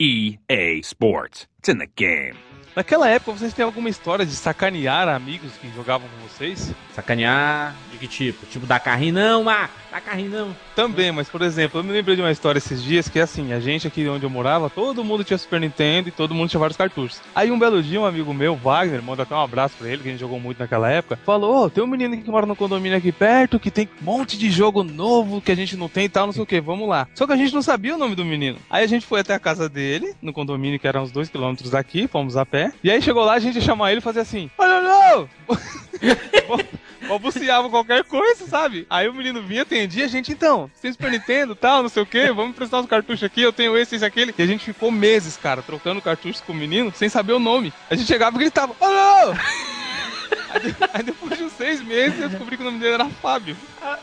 EA Sports. It's in the game. Naquela época, vocês têm alguma história de sacanear amigos que jogavam com vocês? Sacanear de que tipo? Tipo, dar carrinho não, dá carrinho não. Também, mas por exemplo, eu me lembrei de uma história esses dias que é assim, a gente aqui onde eu morava, todo mundo tinha Super Nintendo e todo mundo tinha vários cartuchos. Aí um belo dia, um amigo meu, Wagner, manda até um abraço pra ele, que a gente jogou muito naquela época, falou, tem um menino aqui que mora no condomínio aqui perto, que tem um monte de jogo novo que a gente não tem e tal, não sei o que, vamos lá. Só que a gente não sabia o nome do menino. Aí a gente foi até a casa dele, no condomínio que era uns 2 km daqui, fomos a pé, e aí chegou lá, a gente ia chamar ele e fazia assim, olha não! Balbuciava qualquer coisa, sabe? Aí o menino vinha, atendia a gente, então, tem Super Nintendo, tal, não sei o que, vamos emprestar os cartuchos aqui, eu tenho esse, aquele. E a gente ficou meses, cara, trocando cartuchos com o menino, sem saber o nome. A gente chegava e gritava, oh não! Aí depois de uns 6 meses eu descobri que o nome dele era Fábio.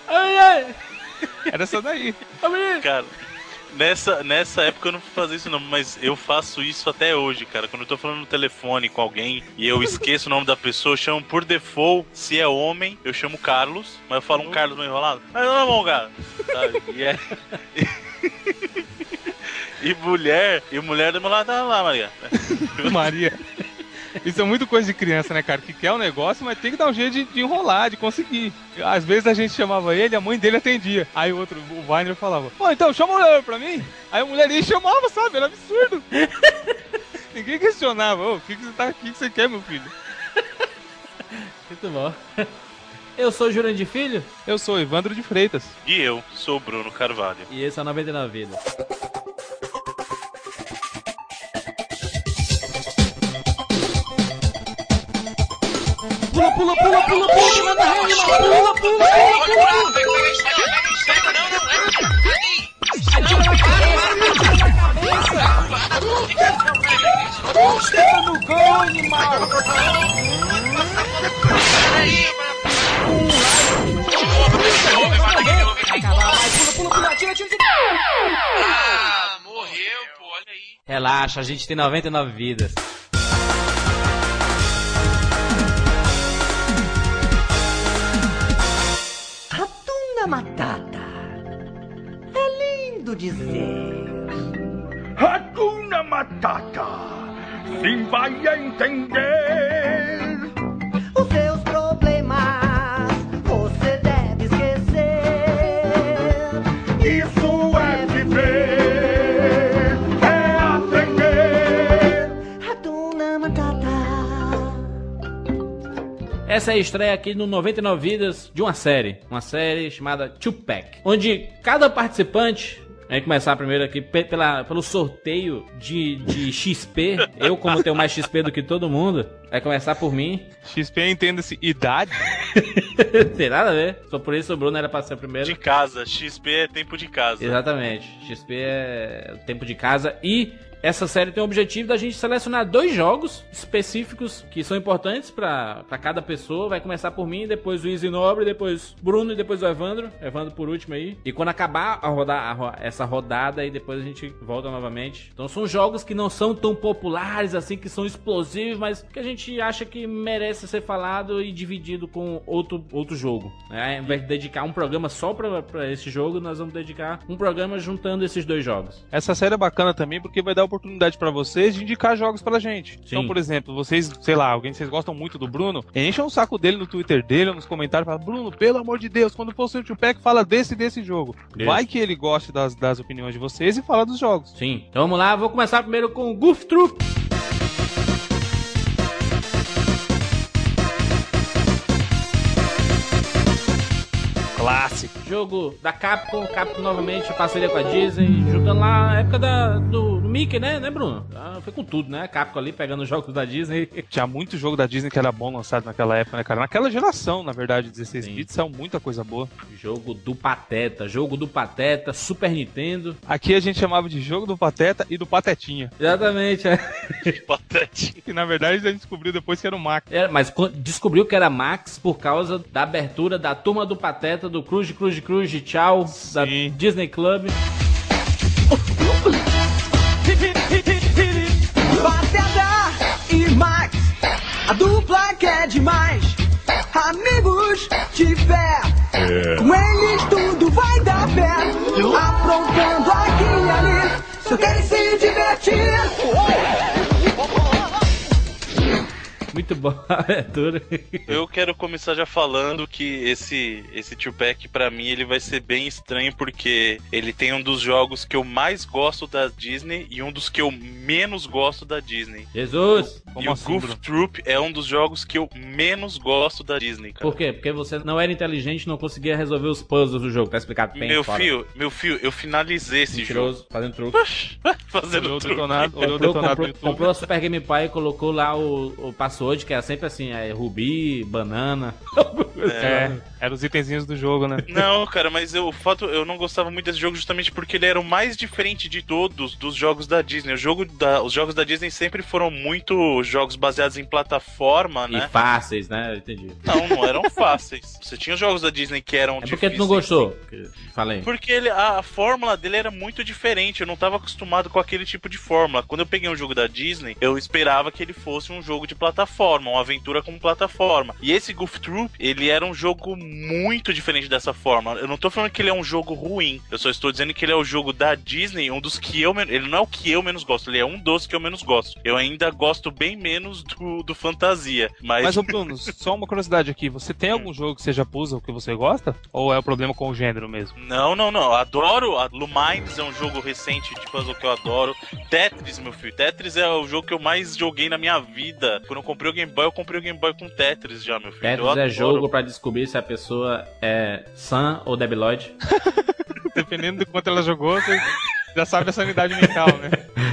Era essa daí. Cara, nessa época eu não fazia isso não, mas eu faço isso até hoje, cara. Quando eu tô falando no telefone com alguém e eu esqueço o nome da pessoa, eu chamo por default, se é homem, eu chamo Carlos, mas eu falo um Carlos meio enrolado. Mas não é bom, cara. Sabe? E mulher do meu lado, tá lá, Maria. Maria. Isso é muito coisa de criança, né, cara? Que quer um negócio, mas tem que dar um jeito de enrolar, de conseguir. Às vezes a gente chamava ele, a mãe dele atendia. Aí o Wagner falava, então chama o mulher pra mim. Aí a mulher ia e chamava, sabe? Era absurdo. Ninguém questionava, o que você tá aqui, o que você quer, meu filho? Muito bom. Eu sou Jurandir Filho. Eu sou Evandro de Freitas. E eu sou o Bruno Carvalho. E esse é o 99 Vidas. Pula, pula, pula, pula, pula, pula, pula. Chega no gol, animal. Pula, pula, atira. Ah, morreu, pô, olha aí. Relaxa, a gente tem 99 vidas. Matata. É lindo dizer. Hakuna Matata. Sim, vai entender. Os seus problemas você deve esquecer. Isso é viver, é aprender. Hakuna Matata. Essa é a estreia aqui no 99 Vidas de uma série chamada Tupac, onde cada participante, a gente começar primeiro aqui pelo sorteio de XP, eu como tenho mais XP do que todo mundo, vai começar por mim. XP entenda-se idade? Tem nada a ver, só por isso o Bruno era pra ser o primeiro. De casa, XP é tempo de casa. Exatamente, XP é tempo de casa e... Essa série tem o objetivo da gente selecionar 2 jogos específicos que são importantes pra cada pessoa. Vai começar por mim, depois o Easy Nobre, depois Bruno e depois o Evandro. Evandro por último aí. E quando acabar essa rodada, aí depois a gente volta novamente. Então são jogos que não são tão populares assim, que são explosivos, mas que a gente acha que merece ser falado e dividido com outro jogo. Ao invés de dedicar um programa só pra esse jogo, nós vamos dedicar um programa juntando esses 2 jogos. Essa série é bacana também porque vai dar oportunidade pra vocês de indicar jogos pra gente. Sim. Então, por exemplo, vocês, sei lá, vocês gostam muito do Bruno, enchem o saco dele no Twitter dele, ou nos comentários, fala, Bruno, pelo amor de Deus, quando for o seu Tupac, fala desse jogo. Isso. Vai que ele goste das opiniões de vocês e fala dos jogos. Sim. Então vamos lá, vou começar primeiro com o Goof Troop. Clássico. Jogo da Capcom novamente, parceria com a Disney, juntando lá a época do Mickey, né, Bruno? Foi com tudo, né? A Capcom ali pegando os jogos da Disney. Tinha muito jogo da Disney que era bom lançado naquela época, né, cara? Naquela geração, na verdade, 16 bits, saiu muita coisa boa. Jogo do Pateta, Super Nintendo. Aqui a gente chamava de jogo do Pateta e do Patetinha. Exatamente, Patetinha. Que na verdade a gente descobriu depois que era o Max. Mas descobriu que era Max por causa da abertura da Turma do Pateta, do Cruz, tchau, sim, da Disney Club. Pateta e Max, a dupla que é demais. Amigos de fé, com eles tudo vai dar pé. Aprontando aqui e ali, só querem se divertir. muito boa a abertura. Eu quero começar já falando que esse two-pack, pra mim, ele vai ser bem estranho, porque ele tem um dos jogos que eu mais gosto da Disney e um dos que eu menos gosto da Disney. Jesus! E o Goof Troop é um dos jogos que eu menos gosto da Disney, cara. Por quê? Porque você não era inteligente e não conseguia resolver os puzzles do jogo. Tá explicado bem. Meu filho, eu finalizei esse Mentiroso, jogo. fazendo truque. Fazendo truque. Comprou a Super Game Pai e colocou lá o password, que era sempre assim, Rubi, banana. Eram os itenzinhos do jogo, né? Não, cara, mas eu não gostava muito desse jogo justamente porque ele era o mais diferente de todos dos jogos da Disney. Os jogos da Disney sempre foram muito jogos baseados em plataforma, né? E fáceis, né? Eu entendi. Não eram fáceis. Você tinha os jogos da Disney que eram difíceis. Por que tu não gostou? Falei. Porque a fórmula dele era muito diferente. Eu não tava acostumado com aquele tipo de fórmula. Quando eu peguei um jogo da Disney, eu esperava que ele fosse um jogo de plataforma, uma aventura como plataforma. E esse Goof Troop, ele era um jogo muito diferente dessa forma. Eu não tô falando que ele é um jogo ruim. Eu só estou dizendo que ele é o jogo da Disney, um dos que ele não é o que eu menos gosto, ele é um dos que eu menos gosto. Eu ainda gosto bem menos do Fantasia. Mas ô Bruno, só uma curiosidade aqui. Você tem algum jogo que seja puzzle que você gosta? Ou é o problema com o gênero mesmo? Não. Adoro. A Lumines é um jogo recente de puzzle que eu adoro. Tetris, meu filho. Tetris é o jogo que eu mais joguei na minha vida. Quando eu comprei o Game Boy, com Tetris já, meu filho. Tetris é jogo pra descobrir se a pessoa é sã ou debilóide. Dependendo do quanto ela jogou, você já sabe a sanidade mental, né?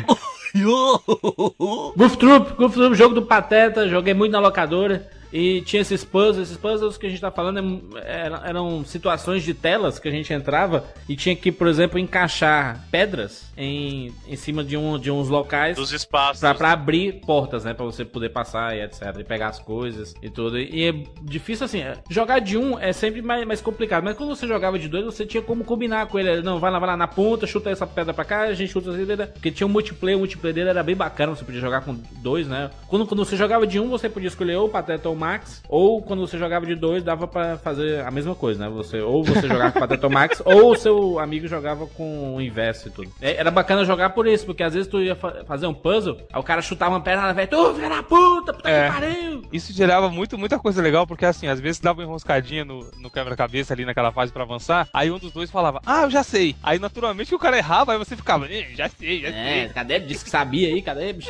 Goof Troop, jogo do Pateta, joguei muito na locadora. E tinha esses puzzles que a gente tá falando eram situações de telas que a gente entrava e tinha que, por exemplo, encaixar pedras em cima de uns locais dos espaços pra abrir portas, né? Pra você poder passar e etc. E pegar as coisas e tudo. E é difícil assim, jogar de um é sempre mais complicado. Mas quando você jogava de dois, você tinha como combinar com ele. Não, vai lá na ponta, chuta essa pedra pra cá, a gente chuta assim, porque tinha um multiplayer. O multiplayer dele era bem bacana, você podia jogar com dois, né? Quando você jogava de um, você podia escolher ou o Pateta ou o Max, ou quando você jogava de dois, dava pra fazer a mesma coisa, né? Você jogava com o Pateta ou Max, ou o seu amigo jogava com o inverso e tudo. Era bacana jogar por isso, porque às vezes tu ia fazer um puzzle, aí o cara chutava uma perna, velho, tu filho da puta que pariu! Isso gerava muita coisa legal, porque assim, às vezes dava uma enroscadinha no quebra-cabeça ali naquela fase pra avançar, aí um dos dois falava, eu já sei. Aí naturalmente o cara errava, aí você ficava, já sei. Cadê? Disse que sabia aí, cadê, bicho?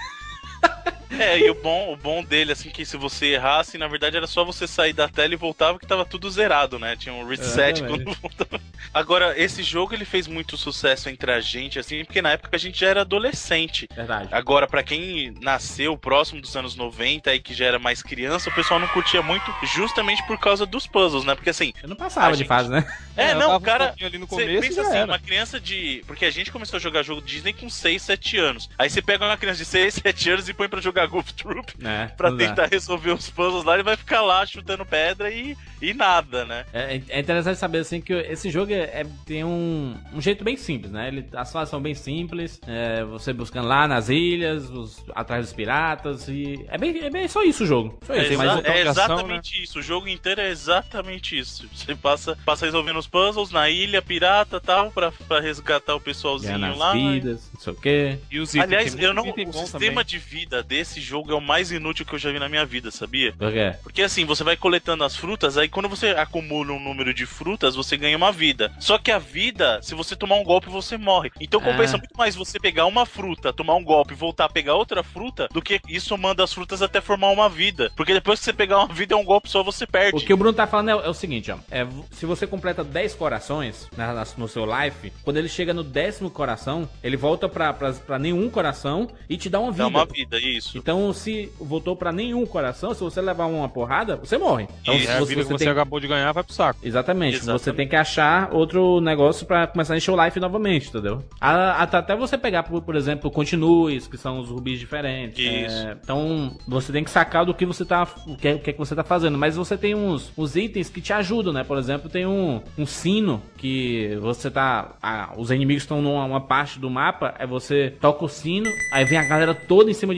E o bom dele, assim, que se você errasse, na verdade era só você sair da tela e voltava que tava tudo zerado, né? Tinha um reset quando voltava. Agora, esse jogo, ele fez muito sucesso entre a gente, assim, porque na época a gente já era adolescente. Verdade. Agora, pra quem nasceu próximo dos anos 90 e que já era mais criança, o pessoal não curtia muito justamente por causa dos puzzles, né? Porque assim... Eu não passava de fase, né? O cara... ali no Você começo, pensa assim, uma criança de... Porque a gente começou a jogar jogo Disney com 6, 7 anos. Aí você pega uma criança de 6, 7 anos e põe pra jogar Goof Troop pra tentar resolver os puzzles lá, ele vai ficar lá chutando pedra e nada, né? É interessante saber, assim, que esse jogo tem um jeito bem simples, né? As fases são bem simples, você buscando lá nas ilhas, atrás dos piratas, e é bem só isso o jogo. Só isso. É exatamente isso, o jogo inteiro é exatamente isso. Você passa resolvendo os puzzles na ilha, pirata e tal, pra resgatar o pessoalzinho lá. Vidas, não sei o quê. E os itens, aliás, o sistema também de vida desse jogo é o mais inútil que eu já vi na minha vida, sabia? Por quê? Porque assim, você vai coletando as frutas, aí quando você acumula um número de frutas, você ganha uma vida. Só que a vida, se você tomar um golpe, você morre. Então compensa muito mais você pegar uma fruta, tomar um golpe e voltar a pegar outra fruta, do que ir somando as frutas até formar uma vida. Porque depois que você pegar uma vida, é um golpe só, você perde. O que o Bruno tá falando é o seguinte, ó. Se você completa 10 corações no seu life, quando ele chega no 10º coração, ele volta pra nenhum coração e te dá uma vida. Dá uma vida, isso. Então, se voltou pra nenhum coração, se você levar uma porrada, você morre. Então, se a vida que você acabou de ganhar vai pro saco. Exatamente. Você tem que achar outro negócio pra começar a encher o life novamente, entendeu? Até você pegar, por exemplo, continues, que são os rubis diferentes. Isso. Então, você tem que sacar do que você tá, o que é que você tá fazendo. Mas você tem uns itens que te ajudam, né? Por exemplo, tem um sino que você tá... os inimigos estão numa parte do mapa, aí você toca o sino, aí vem a galera toda em cima de ti, tu dá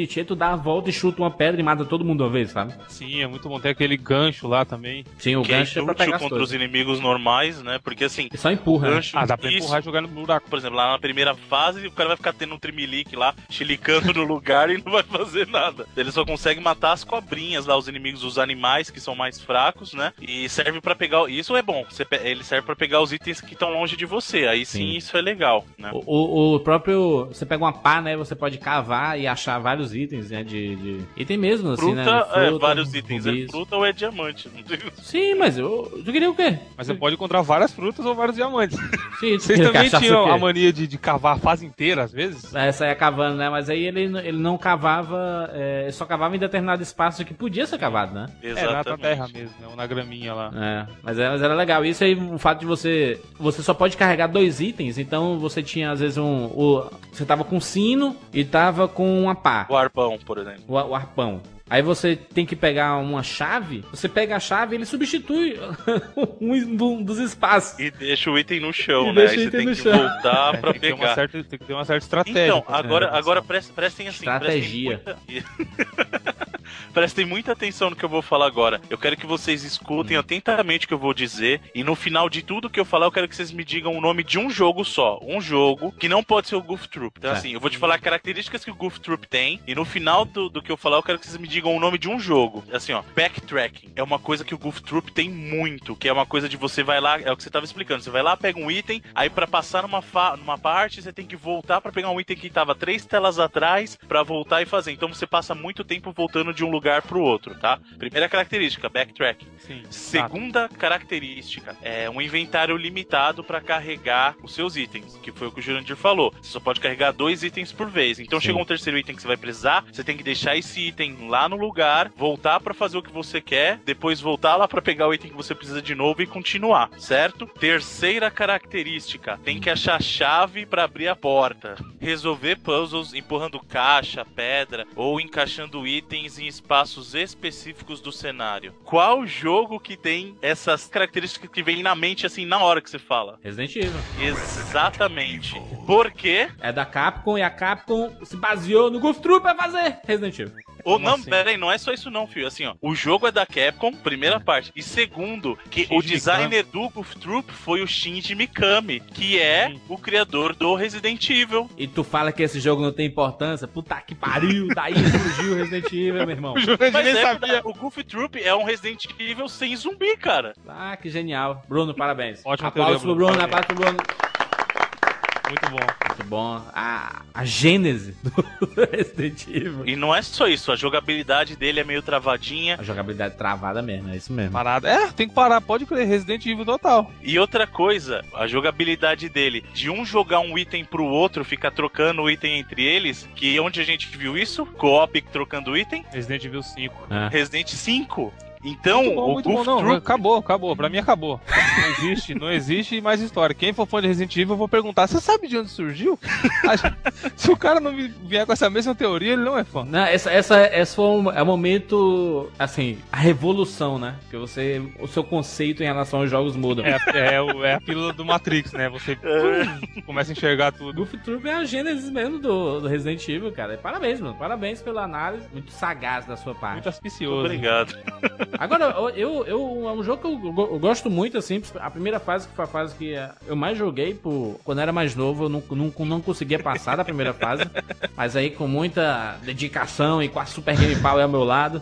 dá a volta e chuta uma pedra e mata todo mundo uma vez, sabe? Sim, é muito bom. Tem aquele gancho lá também. Sim, o Que é gancho é pra inútil pegar as contra coisas. os inimigos normais, né? Porque assim, Ele só empurra, né? gancho, Ah, dá pra isso, empurrar e jogar no buraco. por exemplo, lá na primeira fase, o cara vai ficar tendo um trimelique lá, chilicando no lugar e não vai fazer nada. Ele só consegue matar as cobrinhas lá, os inimigos, os animais que são mais fracos, né? E serve pra pegar... Isso é bom. Ele serve pra pegar os itens que estão longe de você. Aí sim, isso é legal, né? O próprio... Você pega uma pá, né? Você pode cavar e achar vários itens, né? De item mesmo, assim, Fruta, né? Fruta, vários itens. É rubis. fruta ou é diamante? Não tem... Sim, mas tu queria o quê? Mas você pode encontrar várias frutas ou vários diamantes. Sim, tu Vocês queria também cachaça tinham o quê? a mania de cavar a fase inteira, às vezes? Essa aí é cavando, né? Mas aí ele não cavava... ele só cavava em determinado espaço que podia ser cavado, né? Na terra mesmo, né? Ou na graminha lá. Mas era legal. Isso aí, o fato de você só pode carregar 2 itens, então você tinha às vezes você tava com sino e tava com uma pá. O arpão, por exemplo. O arpão. Aí você tem que pegar uma chave, você pega a chave e ele substitui um dos espaços. E deixa o item no chão, E né? deixa Aí o você item tem no que chão. voltar pra Tem que pegar. ter que ter uma certa estratégia. Então, pra fazer a agora negociação. prestem assim. Estratégia. Prestem muita atenção no que eu vou falar agora. Eu quero que vocês escutem atentamente o que eu vou dizer. E no final de tudo que eu falar, eu quero que vocês me digam o nome de um jogo só. Um jogo que não pode ser o Goof Troop. Então, assim, eu vou te falar características que o Goof Troop tem. E no final do que eu falar, eu quero que vocês me digam o nome de um jogo. Assim, ó, backtracking. É uma coisa que o Goof Troop tem muito. Que é uma coisa de você vai lá, é o que você tava explicando. Você vai lá, pega um item, aí pra passar numa parte, você tem que voltar pra pegar um item que tava 3 telas atrás, pra voltar e fazer. Então você passa muito tempo voltando de um lugar pro outro, tá? Primeira característica, backtracking. Sim. Segunda característica, é um inventário limitado pra carregar os seus itens, que foi o que o Jurandir falou. Você só pode carregar 2 itens por vez. Então chegou um terceiro item que você vai precisar, você tem que deixar esse item lá no lugar, voltar pra fazer o que você quer, depois voltar lá pra pegar o item que você precisa de novo e continuar, certo? Terceira característica, tem que achar chave pra abrir a porta. Resolver puzzles empurrando caixa, pedra ou encaixando itens em espaços específicos do cenário. Qual jogo que tem essas características que vem na mente assim na hora que você fala? Resident Evil. Exatamente. Por quê? É da Capcom e a Capcom se baseou no Goof Troop pra fazer Resident Evil. Ou não, assim? pera aí, não é só isso não, filho. Assim, ó, o jogo é da Capcom, primeira parte. E segundo, que Shinji o designer do Goof Troop foi o Shinji Mikami, que é o criador do Resident Evil. E tu fala que esse jogo não tem importância? Puta que pariu, daí surgiu Resident Evil, meu irmão. O Jurandir Mas nem é, sabia. o Goof Troop é um Resident Evil sem zumbi, cara. Ah, que genial. Bruno, parabéns. Ótima Aplausos pro teoria, Bruno, Bruno. aplausos pro Bruno. Muito bom. Muito bom. A gênese do Resident Evil. E não é só isso, a jogabilidade dele é meio travadinha. A jogabilidade travada mesmo, é isso mesmo. Parada. Tem que parar, pode crer. Resident Evil total. E outra coisa, a jogabilidade dele, de um jogar um item pro outro, ficar trocando o item entre eles, que onde a gente viu isso? Co-op trocando item? Resident Evil 5. É. Resident 5. Então, Muito bom, o muito bom. Goof Não, Troop... acabou. Pra mim acabou. Não existe mais história. Quem for fã de Resident Evil, eu vou perguntar, você sabe de onde surgiu? Se o cara não vier com essa mesma teoria, ele não é fã. Não, essa foi é o momento, assim, a revolução, né? Que o seu conceito em relação aos jogos muda. É a pílula do Matrix, né? Você começa a enxergar tudo. Goof Troop é a gênese mesmo do Resident Evil, cara. Parabéns, mano. Parabéns pela análise. Muito sagaz da sua parte. Muito auspicioso. Obrigado. Agora, é um jogo que eu gosto muito, assim. A primeira fase, que foi a fase que eu mais joguei, quando eu era mais novo, eu não conseguia passar da primeira fase. Mas aí, com muita dedicação e com a Super Game Power ao meu lado...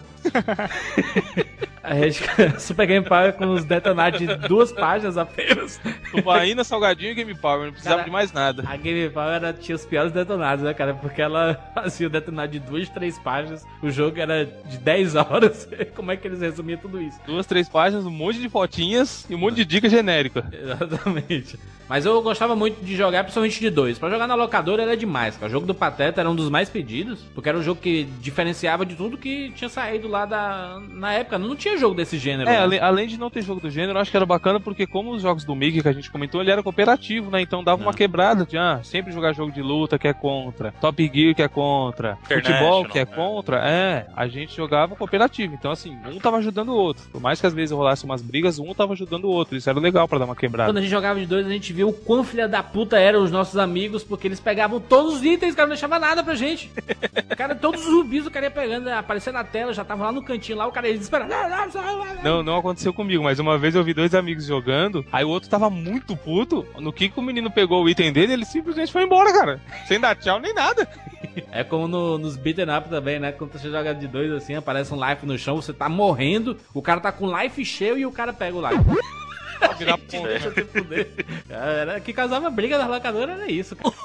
A gente, Super Game Power com os detonados de 2 páginas apenas. Tubaína, Salgadinho e Game Power, não precisava de mais nada. A Game Power tinha os piores detonados, né, cara? Porque ela fazia o detonado de 2, 3 páginas. O jogo era de 10 horas. Como é que eles resumiam tudo isso? 2, 3 páginas, um monte de fotinhas e um monte de dica genérica. Exatamente. Mas eu gostava muito de jogar, principalmente de 2. Pra jogar na locadora era demais, cara. O jogo do Pateta era um dos mais pedidos, porque era um jogo que diferenciava de tudo que tinha saído lá na época. Não tinha tinha jogo desse gênero. Né? Além de não ter jogo do gênero, eu acho que era bacana porque como os jogos do Mickey que a gente comentou, ele era cooperativo, né? Então dava uma quebrada de, sempre jogar jogo de luta que é contra, Top Gear que é contra, futebol que é contra, a gente jogava cooperativo. Então assim, um tava ajudando o outro. Por mais que às vezes rolasse umas brigas, um tava ajudando o outro. Isso era legal pra dar uma quebrada. Quando a gente jogava de dois, a gente viu o quão filha da puta eram os nossos amigos, porque eles pegavam todos os itens, cara, não deixava nada pra gente. Cara, todos os zumbis o cara ia pegando, aparecendo na tela, já tava lá no cantinho, lá o cara ia desesperando. Não aconteceu comigo, mas uma vez eu vi dois amigos jogando, aí o outro tava muito puto, no que o menino pegou o item dele, ele simplesmente foi embora, cara. Sem dar tchau nem nada. É como nos beat'em up também, né? Quando você joga de dois assim, aparece um life no chão, você tá morrendo, o cara tá com life cheio e o cara pega o life. Virar ponto, deixa você fuder. Cara, que causava briga das locadoras era isso, cara.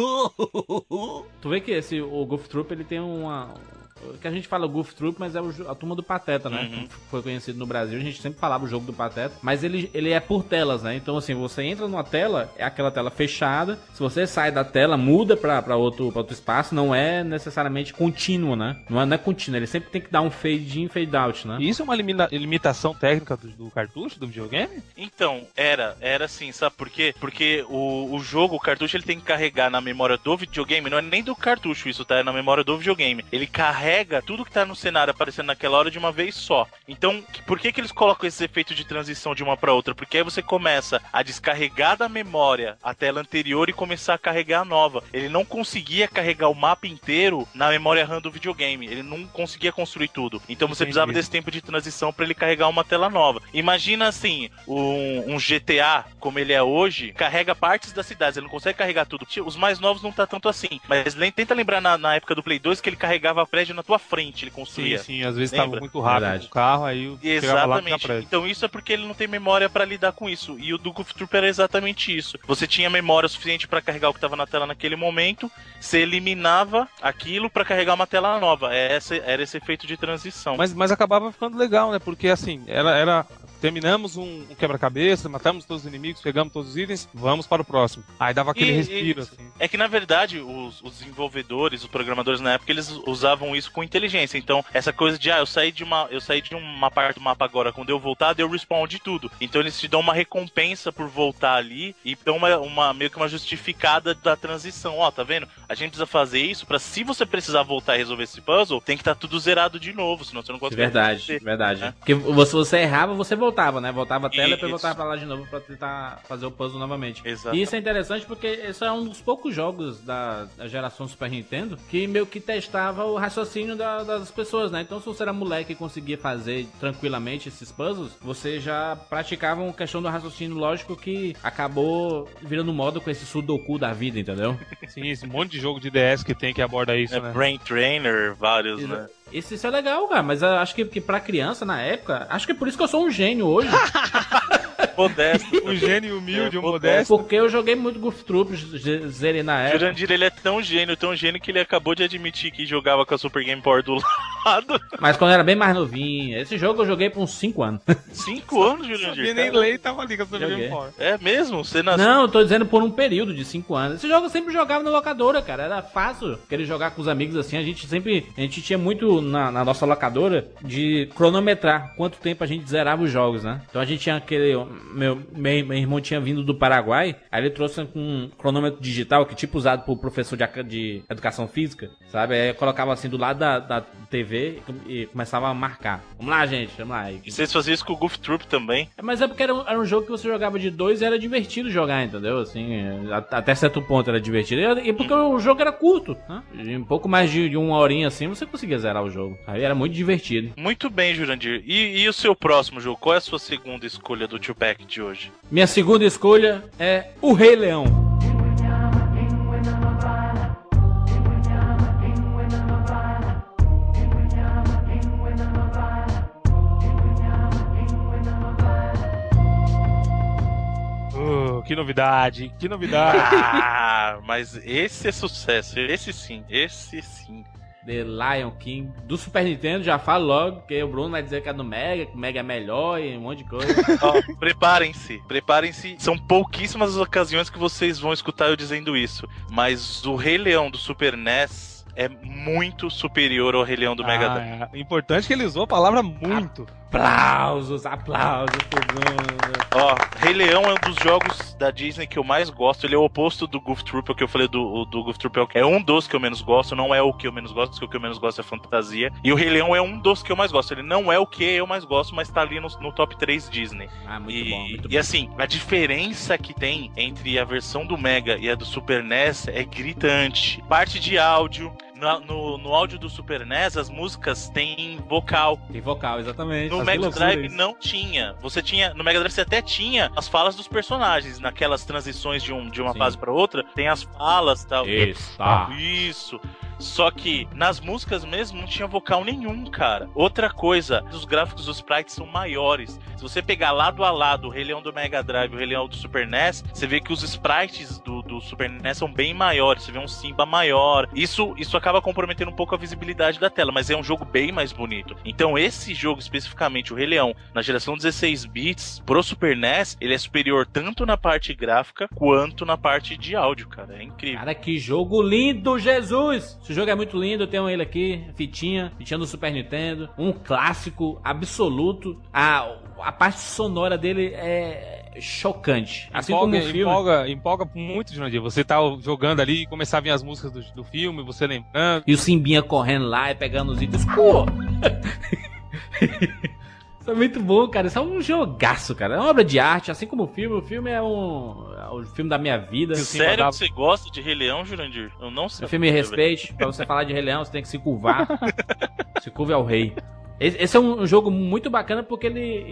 Tu vê que o Goof Troop, ele tem uma... que a gente fala Goof Troop, mas é a turma do Pateta, né? Uhum. Foi conhecido no Brasil, a gente sempre falava o jogo do Pateta, mas ele é por telas, né? Então assim, você entra numa tela, é aquela tela fechada, se você sai da tela, muda pra outro espaço, não é necessariamente contínuo, né? Não é contínuo, ele sempre tem que dar um fade in, fade out, né? E isso é uma limitação técnica do cartucho, do videogame? Então, era sim, sabe por quê? Porque o jogo, o cartucho, ele tem que carregar na memória do videogame, não é nem do cartucho isso, tá? É na memória do videogame. Ele carrega tudo que tá no cenário aparecendo naquela hora de uma vez só. Então, por que eles colocam esse efeito de transição de uma pra outra? Porque aí você começa a descarregar da memória a tela anterior e começar a carregar a nova. Ele não conseguia carregar o mapa inteiro na memória RAM do videogame. Ele não conseguia construir tudo. Então você precisava desse tempo de transição pra ele carregar uma tela nova. Imagina assim, um GTA, como ele é hoje, carrega partes das cidades. Ele não consegue carregar tudo. Os mais novos não tá tanto assim. Mas tenta lembrar na época do Play 2 que ele carregava a prédio na tua frente, ele construía. Sim, às vezes estava muito rápido o carro, aí chegava lá na prédio. Então isso é porque ele não tem memória pra lidar com isso. E o do Goof Troop era exatamente isso. Você tinha memória suficiente pra carregar o que tava na tela naquele momento, você eliminava aquilo pra carregar uma tela nova. Era esse efeito de transição. Mas acabava ficando legal, né? Porque assim, era terminamos um quebra-cabeça, matamos todos os inimigos, pegamos todos os itens, vamos para o próximo. Aí dava aquele respiro, assim. É que, na verdade, os desenvolvedores, os programadores na época, eles usavam isso com inteligência. Então, essa coisa de, eu saí de uma parte do mapa agora, quando eu voltar, deu respawn de tudo. Então, eles te dão uma recompensa por voltar ali e dão meio que uma justificada da transição. Tá vendo? A gente precisa fazer isso pra, se você precisar voltar e resolver esse puzzle, tem que estar tudo zerado de novo, senão você não consegue. Verdade. Né? Porque se você errava, você voltava, né? Voltava a tela e depois voltava pra lá de novo pra tentar fazer o puzzle novamente. Exato. E isso é interessante porque esse é um dos poucos jogos da geração Super Nintendo que meio que testava o raciocínio das pessoas, né? Então se você era moleque e conseguia fazer tranquilamente esses puzzles, você já praticava uma questão do raciocínio lógico que acabou virando moda com esse Sudoku da vida, entendeu? Sim, esse monte de jogo de DS que tem que aborda isso, né? Brain Trainer, vários, né? Isso é legal, cara, mas eu acho que pra criança, na época, acho que é por isso que eu sou um gênio hoje. Modesto. Um gênio humilde, um modesto. Porque eu joguei muito Goof Troop, zerei na época. Jurandir, ele é tão gênio que ele acabou de admitir que jogava com a Super Game Power do lado. Mas quando eu era bem mais novinho. Esse jogo eu joguei por uns 5 anos. 5 anos, Jurandir? Eu nem lei tava ali com a Super Game Power. É mesmo? Você nasceu... Não, eu tô dizendo por um período de 5 anos. Esse jogo eu sempre jogava na locadora, cara. Era fácil querer jogar com os amigos assim. A gente tinha muito na nossa locadora de cronometrar quanto tempo a gente zerava os jogos, né? Então a gente tinha aquele... Meu irmão tinha vindo do Paraguai, aí ele trouxe um cronômetro digital, que tipo usado por professor de educação física, sabe? Aí eu colocava assim do lado da TV e começava a marcar. Vamos lá, gente, vamos lá. E vocês faziam isso com o Goof Troop também? Mas é porque era um jogo que você jogava de 2 e era divertido jogar, entendeu? Assim, até certo ponto era divertido. E porque o jogo era curto, né? E um pouco mais de uma horinha assim, você conseguia zerar o jogo. Aí era muito divertido. Muito bem, Jurandir. E o seu próximo jogo? Qual é a sua segunda escolha do Tupac de hoje? Minha segunda escolha é O Rei Leão. Que novidade, que novidade. Mas esse é sucesso, esse sim. The Lion King do Super Nintendo, já falo logo, que o Bruno vai dizer que é do Mega, que o Mega é melhor e um monte de coisa. Preparem-se. São pouquíssimas as ocasiões que vocês vão escutar eu dizendo isso. Mas o Rei Leão do Super NES é muito superior ao Rei Leão do Mega Drive. O importante é que ele usou a palavra muito. Aplausos pro Bruno. Ó, Rei Leão é um dos jogos da Disney que eu mais gosto. Ele é o oposto do Goof Troop, que eu falei do Goof Troop é um dos que eu menos gosto, não é o que eu menos gosto, porque o que eu menos gosto é fantasia. E o Rei Leão é um dos que eu mais gosto. Ele não é o que eu mais gosto, mas tá ali no top 3 Disney. Muito bom, muito bom. E assim, a diferença que tem entre a versão do Mega e a do Super NES é gritante. Parte de áudio. No áudio do Super NES, as músicas têm vocal. Tem vocal, exatamente. No Mega Drive não tinha. No Mega Drive você até tinha as falas dos personagens. Naquelas transições de uma fase pra outra, tem as falas e tal. Isso. Só que nas músicas mesmo não tinha vocal nenhum, cara. Outra coisa, os gráficos dos sprites são maiores. Se você pegar lado a lado o Rei Leão do Mega Drive e o Rei Leão do Super NES, você vê que os sprites do Super NES são bem maiores. Você vê um Simba maior. Isso acaba comprometendo um pouco a visibilidade da tela, mas é um jogo bem mais bonito. Então esse jogo especificamente, o Rei Leão, na geração 16 bits, pro Super NES, ele é superior tanto na parte gráfica quanto na parte de áudio, cara. É incrível. Cara, que jogo lindo, Jesus! Esse jogo é muito lindo, eu tenho ele aqui, fitinha do Super Nintendo, um clássico absoluto. A parte sonora dele é chocante. Assim como o filme. Empolga muito, Jurandir. Você tá jogando ali e começar a vir as músicas do filme, você lembrando. E o Simbinha correndo lá e pegando os itens. Pô! Isso é muito bom, cara. Isso é um jogaço, cara. É uma obra de arte, assim como o filme. O filme é o filme da minha vida. Sério que você gosta de Rei Leão, Jurandir? Eu não sei. O filme respeite. Pra você falar de Rei Leão, você tem que se curvar. Se curva ao rei. Esse é um jogo muito bacana porque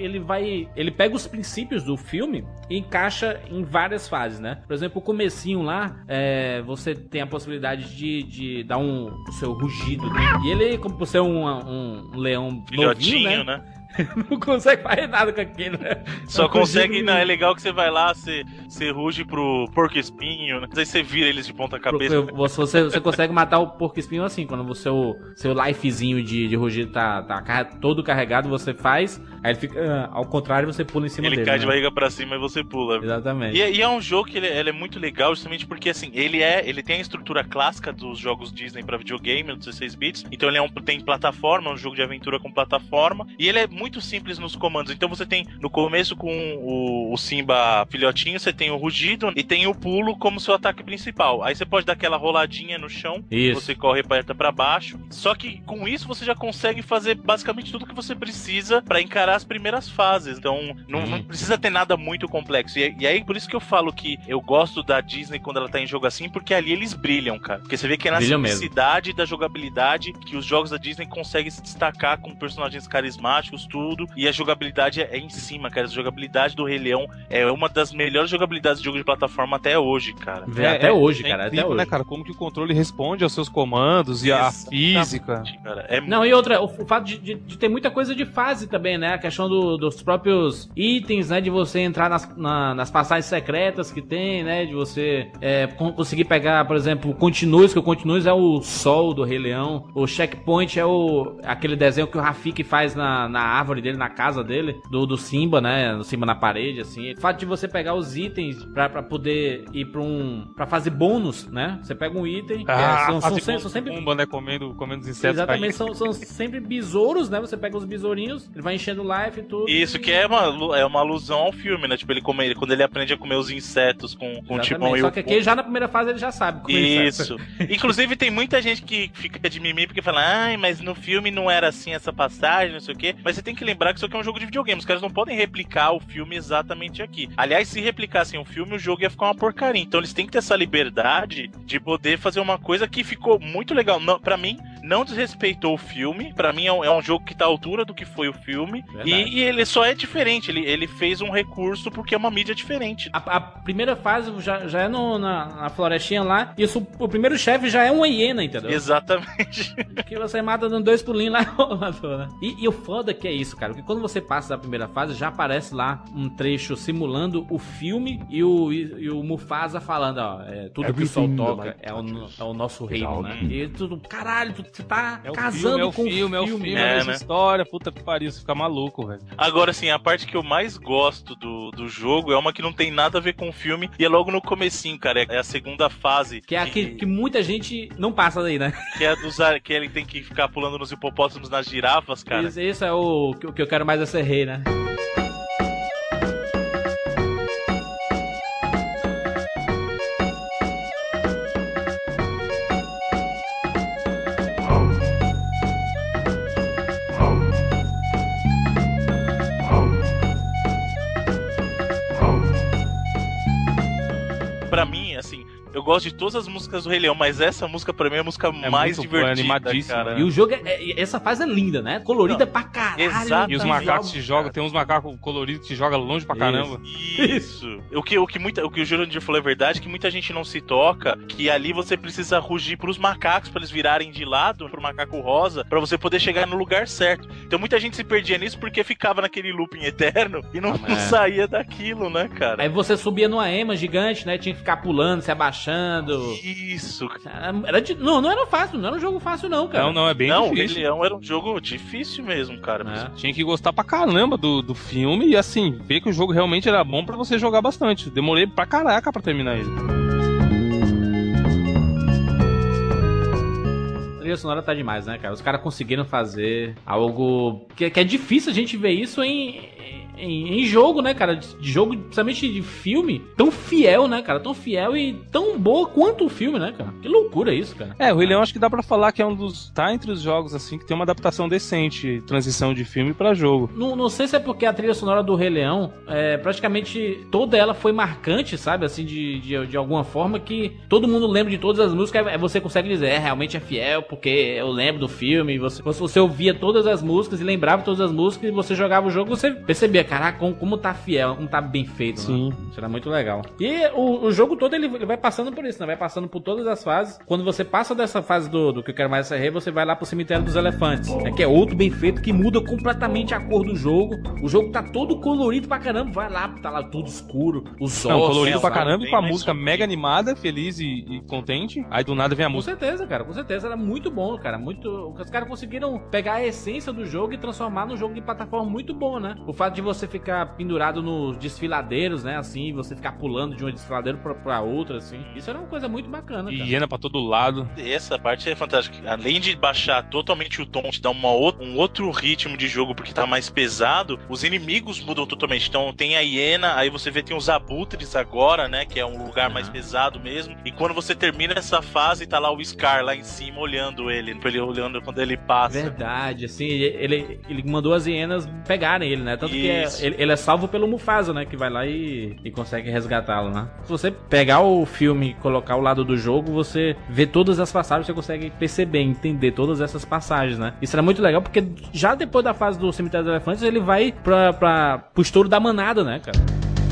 ele pega os princípios do filme e encaixa em várias fases, né? Por exemplo, o comecinho lá, você tem a possibilidade de dar o seu rugido, né? E ele, como por ser um leão filhotinho, novinho, né? Não consegue fazer nada com aquilo, né? Só consegue, não, é legal que você vai lá, você ruge pro porco-espinho, né? Aí você vira eles de ponta cabeça. Você consegue matar o porco-espinho assim, quando o seu lifezinho de rugido tá todo carregado, você faz, aí ele fica, ao contrário, você pula em cima dele. Ele cai de barriga pra cima e você pula. Exatamente. E é um jogo que ele é muito legal, justamente porque, assim, ele tem a estrutura clássica dos jogos Disney pra videogame, no 16 bits, então ele tem plataforma, é um jogo de aventura com plataforma, e ele é muito simples nos comandos. Então você tem no começo com o Simba filhotinho, você tem o rugido e tem o pulo como seu ataque principal. Aí você pode dar aquela roladinha no chão, você corre e aperta pra baixo. Só que com isso você já consegue fazer basicamente tudo que você precisa pra encarar as primeiras fases. Então não precisa ter nada muito complexo. E aí por isso que eu falo que eu gosto da Disney quando ela tá em jogo assim, porque ali eles brilham, cara. Porque você vê que é na simplicidade da jogabilidade que os jogos da Disney conseguem se destacar com personagens carismáticos, tudo, e a jogabilidade é em cima, cara. A jogabilidade do Rei Leão é uma das melhores jogabilidades de jogo de plataforma até hoje, cara. Até hoje, cara. Incrível, até hoje. Né, cara? Como que o controle responde aos seus comandos e a física. Cara, e outra, o fato de ter muita coisa de fase também, né? A questão dos próprios itens, né? De você entrar nas passagens secretas que tem, né? De você conseguir pegar, por exemplo, Continues, que o Continues é o sol do Rei Leão. O Checkpoint é aquele desenho que o Rafiki faz na árvore dele, na casa dele, do Simba, né? Do Simba na parede, assim. O fato de você pegar os itens pra poder ir pra fase bônus, né? Você pega um item, são sempre... Pumba, né? Comendo os insetos. Exatamente, são sempre besouros, né? Você pega os besourinhos, ele vai enchendo life e tudo. Isso que é uma alusão ao filme, né? Tipo, quando ele aprende a comer os insetos com o Timão e o... Só que aqui já na primeira fase ele já sabe comer isso. Inclusive tem muita gente que fica de mimimi porque fala, mas no filme não era assim essa passagem, não sei o quê. Mas você tem que lembrar que isso aqui é um jogo de videogame. Os caras não podem replicar o filme exatamente aqui. Aliás, se replicassem o filme, o jogo ia ficar uma porcaria. Então eles têm que ter essa liberdade de poder fazer uma coisa que ficou muito legal. Pra mim, não desrespeitou o filme. Pra mim, é um jogo que tá à altura do que foi o filme. E ele só é diferente. Ele fez um recurso porque é uma mídia diferente. A primeira fase já é na florestinha lá. E o primeiro chefe já é uma hiena, entendeu? Exatamente. Que você mata dando 2 pulinhos lá. E o foda que é isso, cara. Porque quando você passa da primeira fase, já aparece lá um trecho simulando o filme e o Mufasa falando, tudo que o sol toca é o nosso reino, né? E tudo, caralho, tu Você tá É o casando com o filme, é a mesma né? história. Puta que pariu, você fica maluco, velho. Agora, assim, a parte que eu mais gosto do jogo é uma que não tem nada a ver com o filme e é logo no comecinho, cara. É a segunda fase. Que é aquele que muita gente não passa daí, né? Que é que ele tem que ficar pulando nos hipopótamos, nas girafas, cara. Isso é o que eu quero mais é ser rei, né? Pra mim, assim, eu gosto de todas as músicas do Rei Leão, mas essa música pra mim é a música mais muito divertida, animadíssima, cara. né? E o jogo, essa fase é linda, né? Colorida pra caralho. exato. E os tá macacos legal. se jogam, tem uns macacos coloridos que se jogam longe pra caramba. Isso. O que o Jurandir falou é verdade, que muita gente não se toca, que ali você precisa rugir pros macacos, pra eles virarem de lado, pro macaco rosa, pra você poder chegar no lugar certo. Então muita gente se perdia nisso porque ficava naquele looping eterno e não saía daquilo, né, cara? Aí você subia numa ema gigante, né? Tinha que ficar pulando, se abaixando. Isso. Não era fácil, não era um jogo fácil não, cara. Não, é bem Não, o Rei difícil. Leão era um jogo difícil mesmo, cara. É. Tinha que gostar pra caramba do filme e assim, ver que o jogo realmente era bom pra você jogar bastante. Demorei pra caraca pra terminar ele. A trilha sonora tá demais, né, cara? Os caras conseguiram fazer algo que é difícil a gente ver isso em jogo, né, cara? De jogo, principalmente de filme, tão fiel, né, cara? Tão fiel e tão boa quanto o filme, né, cara? Que loucura isso, cara. O Rei Leão acho que dá pra falar que é um dos... Tá entre os jogos, assim, que tem uma adaptação decente, transição de filme pra jogo. Não sei se é porque a trilha sonora do Rei Leão, praticamente toda ela foi marcante, sabe? Assim, de alguma forma que todo mundo lembra de todas as músicas. Você consegue dizer, realmente é fiel, porque eu lembro do filme. Você ouvia todas as músicas e lembrava todas as músicas e você jogava o jogo, você percebia, caraca, como tá fiel, como tá bem feito. Sim. Né? Isso era muito legal. E o jogo todo, ele vai passando por isso, né? Vai passando por todas as fases. Quando você passa dessa fase do que eu quero mais ser rei, você vai lá pro cemitério dos elefantes, né? Que é outro bem feito, que muda completamente a cor do jogo. O jogo tá todo colorido pra caramba. Vai lá, tá lá tudo escuro. Os Não, ossos, colorido pra sabe? caramba e com a Bem música mais mega animada, feliz e contente. Aí do nada vem a Com música. certeza, cara, com certeza. Era muito bom, cara. Os caras conseguiram pegar a essência do jogo e transformar num jogo de plataforma muito bom, né? O fato de você ficar pendurado nos desfiladeiros, né? Assim, você ficar pulando de um desfiladeiro pra outro, assim. Isso era uma coisa muito bacana, E cara. hiena pra todo lado. Essa parte é fantástica. Além de baixar totalmente o tom, te dar um outro ritmo de jogo porque tá mais pesado, os inimigos mudam totalmente. Então tem a hiena, aí você vê tem os abutres agora, né? Que é um lugar mais pesado mesmo. E quando você termina essa fase, tá lá o Scar lá em cima olhando ele olhando quando ele passa. Verdade, assim, ele mandou as hienas pegarem ele, né? Tanto Isso. que ele é salvo pelo Mufasa, né? Que vai lá e consegue resgatá-lo, né? Se você pegar o filme e colocar ao lado do jogo, você vê todas as passagens, você consegue perceber, entender todas essas passagens, né? Isso era muito legal, porque já depois da fase do Cemitério dos Elefantes, ele vai pro estouro da manada, né, cara?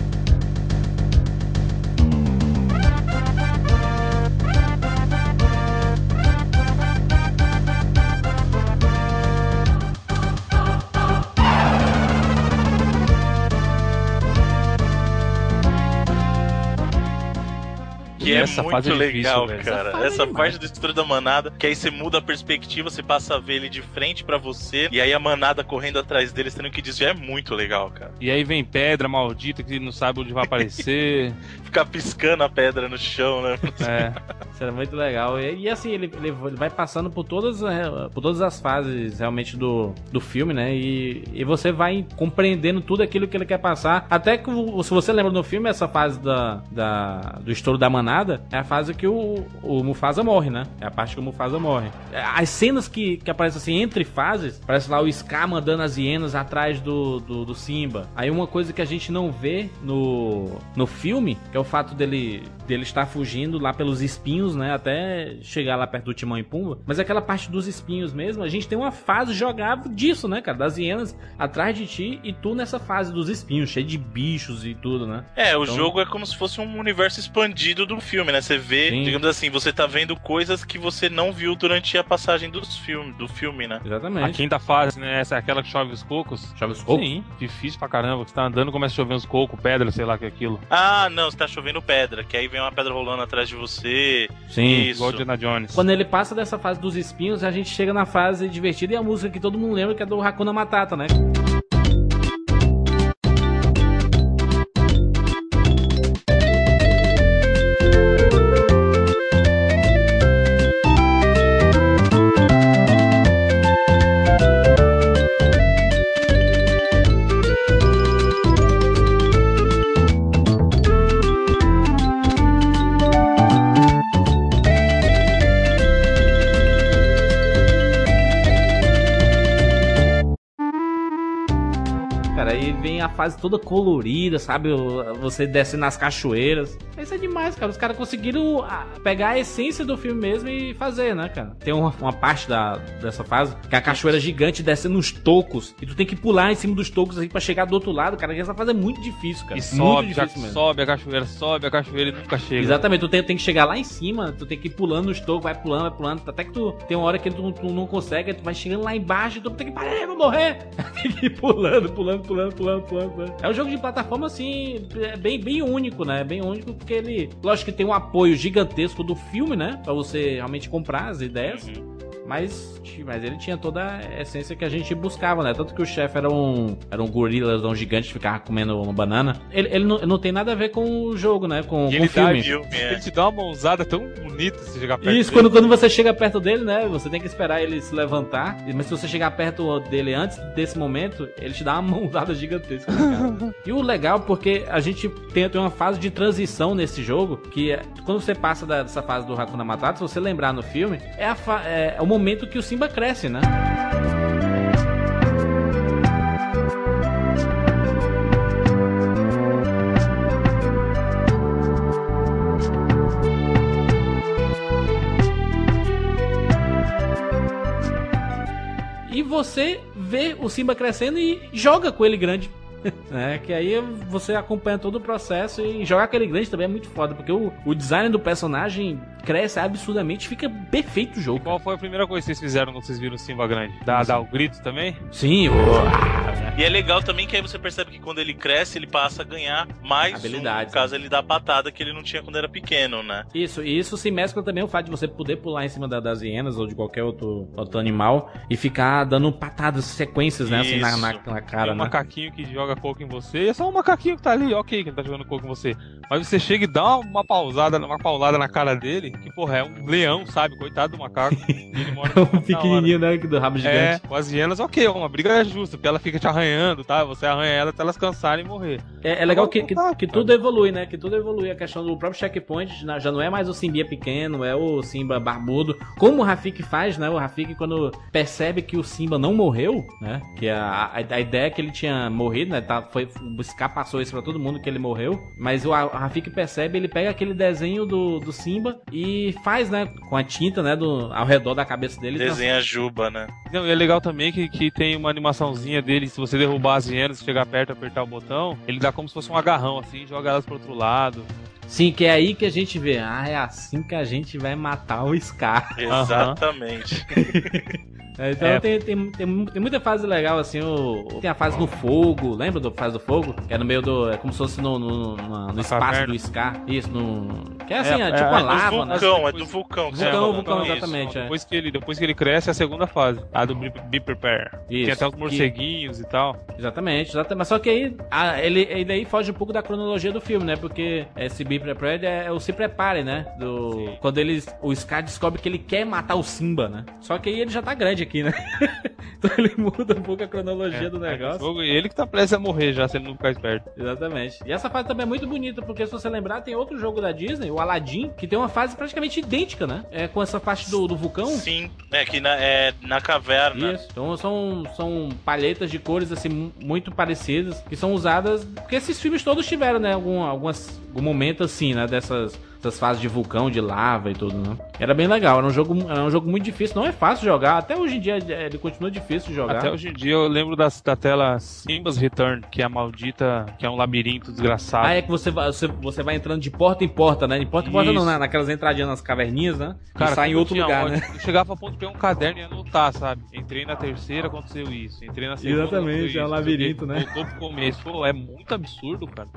Que é Essa muito fase é legal, difícil, velho. cara. Essa fase é Essa demais. parte do estouro da manada, que aí você muda a perspectiva, você passa a ver ele de frente pra você, e aí a manada correndo atrás deles, tendo que desviar, é muito legal, cara. E aí vem pedra maldita que não sabe onde vai aparecer. Ficar piscando a pedra no chão, né? É. Isso era muito legal. E assim, ele vai passando por todas as fases realmente do filme, né? E você vai compreendendo tudo aquilo que ele quer passar. Até que, se você lembra no filme, essa fase do estouro da manada é a fase que o Mufasa morre, né? É a parte que o Mufasa morre. As cenas que aparecem assim entre fases, parece lá o Scar mandando as hienas atrás do Simba. Aí uma coisa que a gente não vê no filme, que é o fato dele estar fugindo lá pelos espinhos, né? Até chegar lá perto do Timão e Pumba. Mas aquela parte dos espinhos mesmo, a gente tem uma fase jogável disso, né, cara? Das hienas atrás de ti e tu nessa fase dos espinhos, cheio de bichos e tudo, né? É, o Então- jogo é como se fosse um universo expandido do filme, né? Você vê, Sim. digamos assim, você tá vendo coisas que você não viu durante a passagem do filme, né? A Exatamente. quinta fase, né? Essa é aquela que chove os cocos. Chove os cocos? Sim, difícil pra caramba. Você tá andando, começa a chover uns cocos, pedra, sei lá o que é aquilo. Ah, não, você tá chovendo pedra, que aí vem uma pedra rolando atrás de você. Sim. Isso. Igual o Indiana Jones. Quando ele passa dessa fase dos espinhos, a gente chega na fase divertida e a música que todo mundo lembra, que é do Hakuna Matata, né? Cara, aí vem a fase toda colorida, sabe? Você desce nas cachoeiras. Isso é demais, cara. Os caras conseguiram pegar a essência do filme mesmo e fazer, né, cara? Tem uma parte dessa fase que é a cachoeira gigante descendo nos tocos. E tu tem que pular em cima dos tocos assim pra chegar do outro lado, cara. E essa fase é muito difícil, cara. E muito sobe, difícil mesmo. sobe a cachoeira e nunca chega. Exatamente, tu tem que chegar lá em cima, tu tem que ir pulando nos tocos, vai pulando, até que tu tem uma hora que tu não consegue, tu vai chegando lá embaixo e tu tem que parar, eu vou morrer. Tem que ir pulando. É um jogo de plataforma, assim, bem único, né? Bem único porque ele, lógico que tem um apoio gigantesco do filme, né? Pra você realmente comprar as ideias. Mas ele tinha toda a essência que a gente buscava, né? Tanto que o chefe era um gorila gigante que ficava comendo uma banana. Ele não tem nada a ver com o jogo, né? Com o filme. Ele te dá uma mãozada tão bonita se chegar perto Isso, dele. quando você chega perto dele, né? Você tem que esperar ele se levantar. Mas se você chegar perto dele antes desse momento, ele te dá uma mãozada gigantesca, né, cara? E o legal, porque a gente tem uma fase de transição nesse jogo, que quando você passa dessa fase do Hakuna Matata, se você lembrar no filme, é o momento que o Simba cresce, né? E você vê o Simba crescendo e joga com ele grande. Que aí você acompanha todo o processo e jogar aquele grande também é muito foda, porque o design do personagem cresce absurdamente, fica perfeito o jogo. Qual foi a primeira coisa que vocês fizeram quando vocês viram o Simba grande? Dar o grito também? Sim, E é legal também que aí você percebe que quando ele cresce, ele passa a ganhar mais habilidades, no caso ele dá a patada que ele não tinha quando era pequeno, né? Isso se mescla também o fato de você poder pular em cima das hienas ou de qualquer outro animal e ficar dando patadas, sequências, né, assim, na cara, Tem um né? macaquinho que joga coco em você, e é só um macaquinho que tá ali, ok, que ele tá jogando coco em você. Mas você chega e dá uma paulada na cara dele, que porra, é um leão, sabe? Coitado do macaco. E ele mora Um pequenininho, né, do rabo gigante. com as hienas, ok, uma briga é justa, porque ela fica te arranhando, tá? Você arranha ela até elas cansarem e morrer. É legal que tudo evolui, né? Que tudo evolui. A questão do próprio checkpoint já não é mais o Simbinha pequeno, é o Simba barbudo. Como o Rafiki faz, né? O Rafiki, quando percebe que o Simba não morreu, né? Que a ideia é que ele tinha morrido, né? O Scar passou isso pra todo mundo que ele morreu. Mas o Rafiki percebe, ele pega aquele desenho do Simba e faz, né? Com a tinta, né? Ao redor da cabeça dele. Desenha a juba, né? Não, e é legal também que tem uma animaçãozinha dele, se você derrubar as hienas, chegar perto e apertar o botão, ele dá como se fosse um agarrão, assim, e joga elas pro outro lado. Sim, que é aí que a gente vê. É assim que a gente vai matar o Scar. Exatamente. Então tem muita fase legal, assim. Tem a fase no fogo, lembra da fase do fogo? Que é no meio do. É como se fosse no espaço caverna. do Scar. Isso, que é assim, tipo uma lava, né? É do vulcão. Vulcão, exatamente. Depois que ele cresce, é a segunda fase. A do Be Prepare. Isso. Tem até os morceguinhos e tal. Exatamente. Mas só que aí ele daí foge um pouco da cronologia do filme, né? Porque esse Be Prepared é o Se Prepare, né? Quando o Scar descobre que ele quer matar o Simba, né? Só que aí ele já tá grande aqui, né? Então ele muda um pouco a cronologia do negócio. E ele que tá prestes a morrer já, se ele não ficar esperto. Exatamente. E essa fase também é muito bonita, porque se você lembrar, tem outro jogo da Disney, o Aladdin, que tem uma fase praticamente idêntica, né? Com essa parte do vulcão. Sim, que na caverna. Isso. Então são palhetas de cores, assim, muito parecidas, que são usadas... Porque esses filmes todos tiveram, né? Algum momento, assim, né? essas fases de vulcão, de lava e tudo, né? Era bem legal, era um jogo muito difícil, não é fácil jogar, até hoje em dia ele continua difícil de jogar. Até hoje em dia eu lembro da tela Simba's Return, que é a maldita, que é um labirinto desgraçado. Ah, é que você vai entrando de porta em porta, né? De porta em porta não, naquelas entradinhas nas caverninhas, né? Cara, e sai em outro lugar, né? Eu chegava a ponto de pegar um caderno e anotar, sabe? Entrei na terceira, aconteceu isso. Entrei na segunda, exatamente, é um labirinto, né? Voltou pro começo. Pô, é muito absurdo, cara.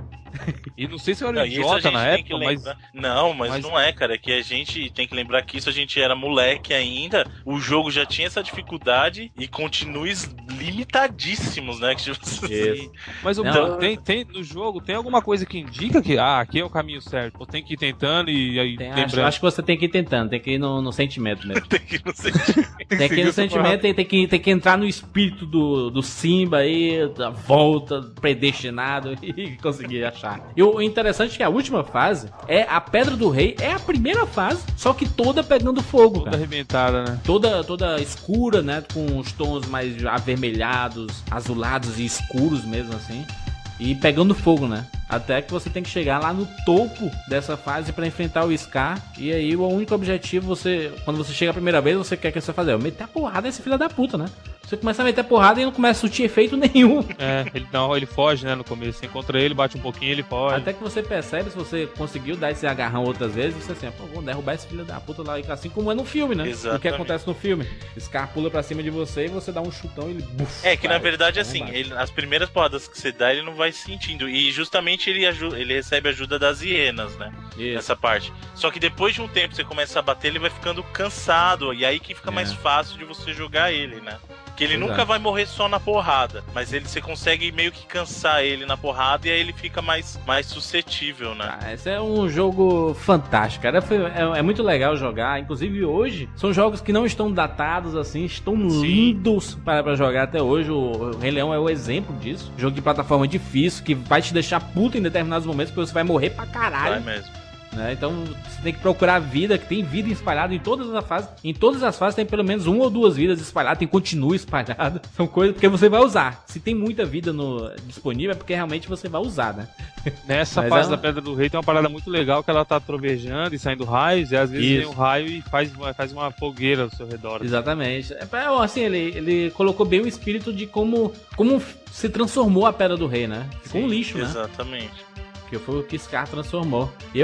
E não sei se eu era Não, isso a idiota gente na tem época, que mas... lembrar. Não, mas não é, cara. É que a gente tem que lembrar que isso a gente era moleque ainda. O jogo já tinha essa dificuldade e continues limitadíssimos, né? Que, tipo, Isso. Mas tem no jogo, tem alguma coisa que indica que aqui é o caminho certo? Ou tem que ir tentando e aí acho que você tem que ir tentando, tem que ir no sentimento mesmo. tem que ir no sentimento. Tem que ir no sentimento e tem que entrar no espírito do Simba aí, da volta, predestinado e conseguir achar. E o interessante é que a última fase é a Pedra do Rei, é a primeira fase, só que toda pegando fogo, toda cara. arrebentada, né? Toda escura, né? Com os tons mais avermelhados, azulados e escuros mesmo assim. E pegando fogo, né? Até que você tem que chegar lá no topo dessa fase pra enfrentar o Scar. E aí o único objetivo, quando você chega a primeira vez, você quer que você faça? Meter a porrada nesse filho da puta, né? Você começa a meter a porrada e não começa a surtir efeito nenhum. Ele foge, né, no começo. Você encontra ele, bate um pouquinho, ele foge. Até que você percebe, se você conseguiu dar esse agarrão outras vezes, você assim, vamos derrubar esse filho da puta lá. Assim como é no filme, né? Exatamente. O que acontece no filme. Scar pula pra cima de você e você dá um chutão e ele... Buf, É que na verdade, assim, as primeiras porradas que você dá, ele não vai sentindo. E justamente ele recebe ajuda das hienas, né? Isso. Nessa parte. Só que depois de um tempo você começa a bater, ele vai ficando cansado. E aí que fica mais fácil de você jogar ele, né? Que ele nunca vai morrer só na porrada, mas você consegue meio que cansar ele na porrada e aí ele fica mais suscetível, né? Esse é um jogo fantástico, cara. É muito legal jogar. Inclusive hoje, são jogos que não estão datados assim, estão lindos para jogar até hoje. O Rei Leão é o exemplo disso. Jogo de plataforma difícil, que vai te deixar puto em determinados momentos, porque você vai morrer pra caralho. Vai mesmo. Né? Então você tem que procurar vida, que tem vida espalhada em todas as fases. Em todas as fases tem pelo menos 1 ou 2 vidas espalhadas, tem continua espalhado. São coisas porque você vai usar. Se tem muita vida disponível é porque realmente você vai usar, né? Nessa fase da Pedra do Rei tem uma parada muito legal que ela tá trovejando e saindo raios, e às vezes vem um raio e faz uma fogueira ao seu redor. Exatamente. Assim, ele colocou bem o espírito de como se transformou a Pedra do Rei, né? Ficou um lixo, né? Exatamente. Que foi o que Scar transformou. Eu,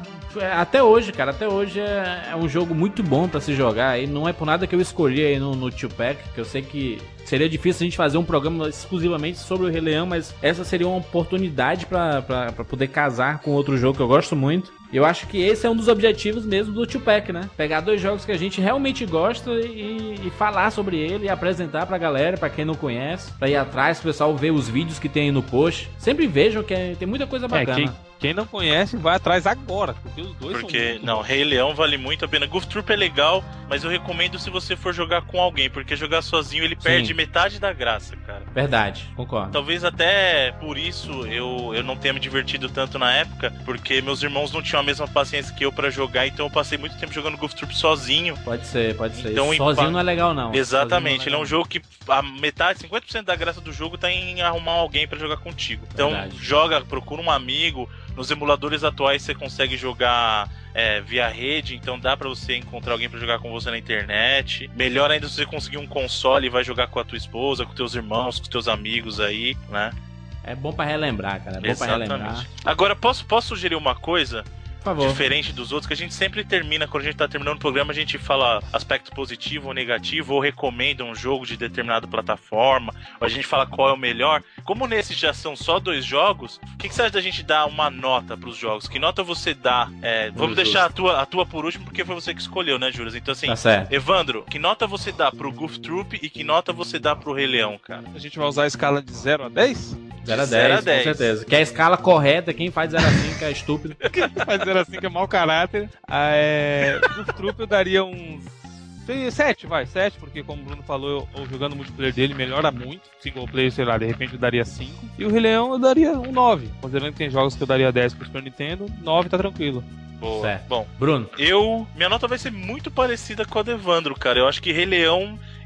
até hoje, cara, é um jogo muito bom pra se jogar. E não é por nada que eu escolhi aí no Tupac, que eu sei que seria difícil a gente fazer um programa exclusivamente sobre o Rei Leão, mas essa seria uma oportunidade pra poder casar com outro jogo que eu gosto muito. Eu acho que esse é um dos objetivos mesmo do Tupac, né? Pegar 2 jogos que a gente realmente gosta e falar sobre ele e apresentar pra galera, pra quem não conhece, pra ir atrás, o pessoal ver os vídeos que tem aí no post. Sempre vejam que tem muita coisa bacana. Quem não conhece, vai atrás agora, porque os dois são muito Rei Leão vale muito a pena. Goof Troop é legal, mas eu recomendo se você for jogar com alguém, porque jogar sozinho ele perde metade da graça, cara. Verdade, concordo. Talvez até por isso eu não tenha me divertido tanto na época, porque meus irmãos não tinham a mesma paciência que eu pra jogar, então eu passei muito tempo jogando Goof Troop sozinho. Pode ser. Então, sozinho não é legal, não. Exatamente, ele é um jogo que a metade, 50% da graça do jogo tá em arrumar alguém pra jogar contigo. Então procura um amigo. Nos emuladores atuais você consegue jogar via rede, então dá pra você encontrar alguém pra jogar com você na internet. Melhor ainda se você conseguir um console e vai jogar com a tua esposa, com teus irmãos, com teus amigos aí, né? É bom pra relembrar, cara. É bom pra relembrar. Agora, posso sugerir uma coisa? Por favor. Diferente dos outros, que a gente sempre termina, quando a gente tá terminando o programa, a gente fala aspecto positivo ou negativo, ou recomenda um jogo de determinada plataforma, ou a gente fala qual é o melhor. Como nesses já são só 2 jogos, o que você acha da gente dar uma nota pros jogos? Que nota você dá? Vamos deixar a tua por último, porque foi você que escolheu, né, Juras? Então assim, tá, Evandro, que nota você dá pro Goof Troop e que nota você dá pro Rei Leão, cara? A gente vai usar a escala de 0 a 10? 0 a 10, com certeza. Que é a escala correta, quem faz 0 a 5 é estúpido. Quem faz 0 a 5 é mau caráter. Goof Troop eu daria uns 7, 7, porque como o Bruno falou, eu jogando multiplayer dele melhora muito. Single player, sei lá, de repente eu daria 5. E o Rei Leão eu daria um 9. Considerando que tem jogos que eu daria 10 pro Super Nintendo, 9 tá tranquilo. Boa. Certo. Bom, Bruno, minha nota vai ser muito parecida com a do Evandro, cara. Eu acho que Rei Leão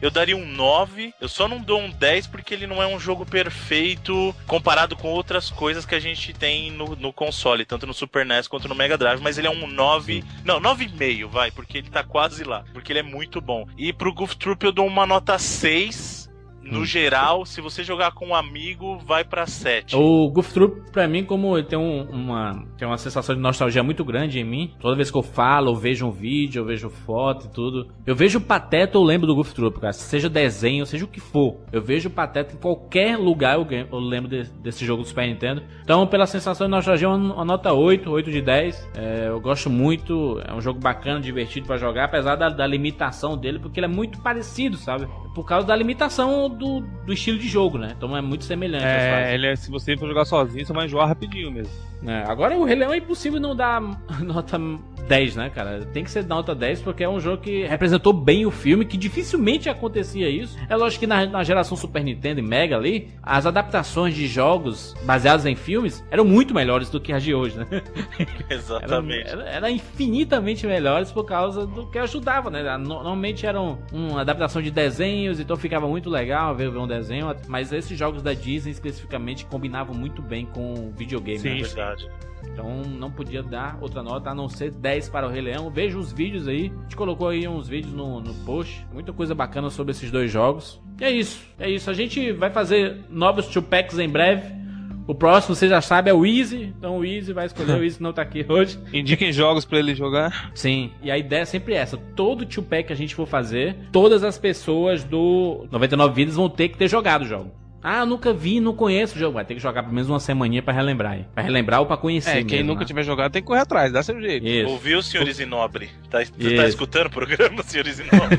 eu daria um 9. Eu só não dou um 10 porque ele não é um jogo perfeito comparado com outras coisas que a gente tem no console, tanto no Super NES quanto no Mega Drive, mas ele é um 9... Não, 9,5, vai, porque ele tá quase lá, porque ele é muito bom. E pro Goof Troop eu dou uma nota 6... No geral, se você jogar com um amigo, vai pra 7. O Goof Troop, pra mim, como ele tem uma sensação de nostalgia muito grande em mim. Toda vez que eu falo, eu vejo um vídeo, eu vejo foto e tudo. Eu vejo o Pateta, eu lembro do Goof Troop, cara. Seja desenho, seja o que for. Eu vejo o Pateta em qualquer lugar, eu lembro desse jogo do Super Nintendo. Então, pela sensação de nostalgia, uma nota 8 de 10. Eu gosto muito, é um jogo bacana, divertido pra jogar, apesar da limitação dele, porque ele é muito parecido, sabe? Por causa da limitação do estilo de jogo, né? Então é muito semelhante. Se você for jogar sozinho, você vai enjoar rapidinho mesmo. Agora o Rei Leão é impossível não dar nota 10, né, cara? Tem que ser nota 10 porque é um jogo que representou bem o filme, que dificilmente acontecia isso. É lógico que na geração Super Nintendo e Mega ali, as adaptações de jogos baseados em filmes eram muito melhores do que as de hoje, né? Exatamente. Era infinitamente melhores por causa do que ajudava, né? Normalmente eram uma adaptação de desenhos, então ficava muito legal ver um desenho, mas esses jogos da Disney especificamente combinavam muito bem com o videogame. Sim, né? verdade. Então não podia dar outra nota a não ser 10 para o Rei Leão. Veja os vídeos aí. A gente colocou aí uns vídeos no post. Muita coisa bacana sobre esses dois jogos. E é isso. A gente vai fazer novos 2-packs em breve. O próximo, você já sabe, é o Easy. Então o Easy vai escolher. O Easy não tá aqui hoje. Indiquem jogos pra ele jogar. Sim, e a ideia é sempre essa. Todo 2-pack que a gente for fazer, todas as pessoas do 99 Vidas vão ter que ter jogado o jogo. Ah, nunca vi, não conheço o jogo. Vai ter que jogar pelo menos uma semaninha pra relembrar. Pra relembrar ou pra conhecer mesmo. Quem nunca tiver jogado tem que correr atrás, dá seu jeito. Isso. Ouviu, senhor Isinobre? Você tá escutando o programa, senhor Isinobre?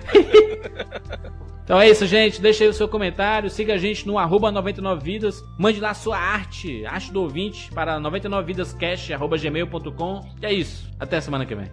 Então é isso, gente. Deixa aí o seu comentário. Siga a gente no @99vidas. Mande lá sua arte do ouvinte, para 99vidascast@gmail.com. E é isso. Até a semana que vem.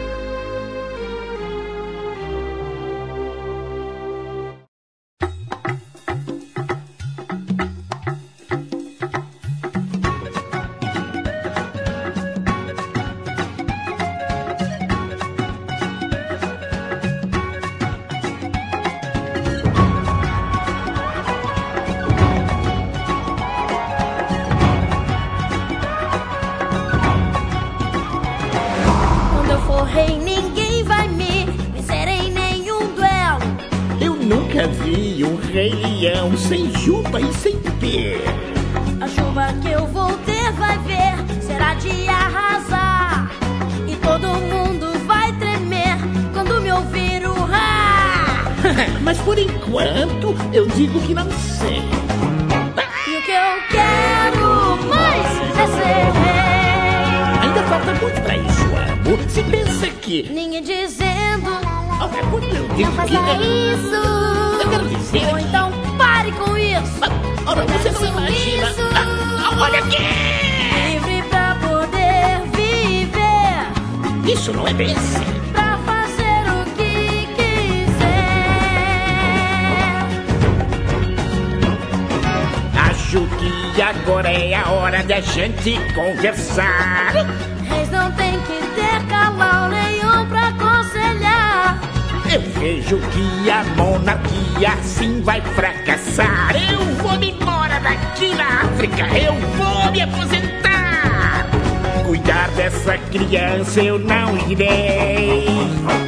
Rei Leão sem juba e sem pé. A chuva que eu vou ter, vai ver, será de arrasar. E todo mundo vai tremer quando me ouvir urrar. Mas por enquanto eu digo que não sei. E o que eu quero mais é ser rei. Ainda falta muito pra isso, amor. Se pensa que... Ninguém dizendo não faça isso. Eu quero dizer ou então pare com isso. Ora, você não imagina. Olha aqui! Livre pra poder viver. Isso não é bem assim. Pra fazer o que quiser. Acho que agora é a hora da gente conversar. Reis não tem que ter cavalo nenhum pra aconselhar. Eu vejo que a monarquia assim vai fracassar. Eu vou me embora daqui na África. Eu vou me aposentar. Cuidar dessa criança eu não irei.